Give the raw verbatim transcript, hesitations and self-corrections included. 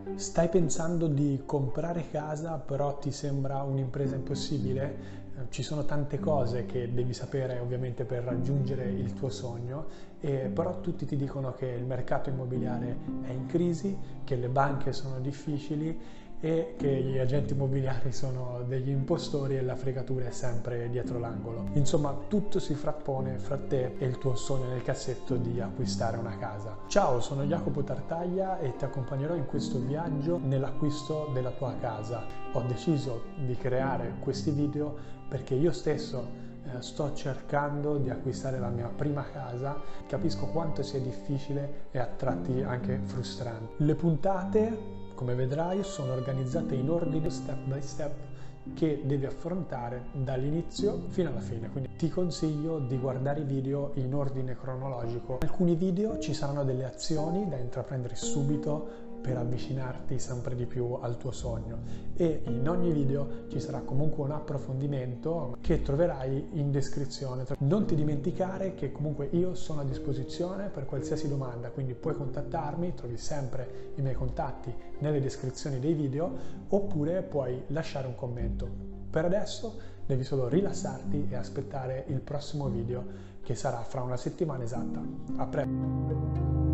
Stai pensando di comprare casa, però ti sembra un'impresa impossibile? Eh, Ci sono tante cose che devi sapere ovviamente per raggiungere il tuo sogno, e però tutti ti dicono che il mercato immobiliare è in crisi, che le banche sono difficili e che gli agenti immobiliari sono degli impostori e la fregatura è sempre dietro l'angolo. Insomma, tutto si frappone fra te e il tuo sogno nel cassetto di acquistare una casa. Ciao, sono Jacopo Tartaglia e ti accompagnerò in questo viaggio nell'acquisto della tua casa. Ho deciso di creare questi video perché io stesso eh, sto cercando di acquistare la mia prima casa, capisco quanto sia difficile e a tratti anche frustrante. Le puntate, come vedrai, sono organizzate in ordine step by step che devi affrontare dall'inizio fino alla fine, quindi ti consiglio di guardare i video in ordine cronologico. In alcuni video ci saranno delle azioni da intraprendere subito per avvicinarti sempre di più al tuo sogno, e in ogni video ci sarà comunque un approfondimento che troverai in descrizione. Non ti dimenticare che comunque io sono a disposizione per qualsiasi domanda, quindi puoi contattarmi, trovi sempre i miei contatti nelle descrizioni dei video, oppure puoi lasciare un commento. Per adesso devi solo rilassarti e aspettare il prossimo video, che sarà fra una settimana esatta. A presto!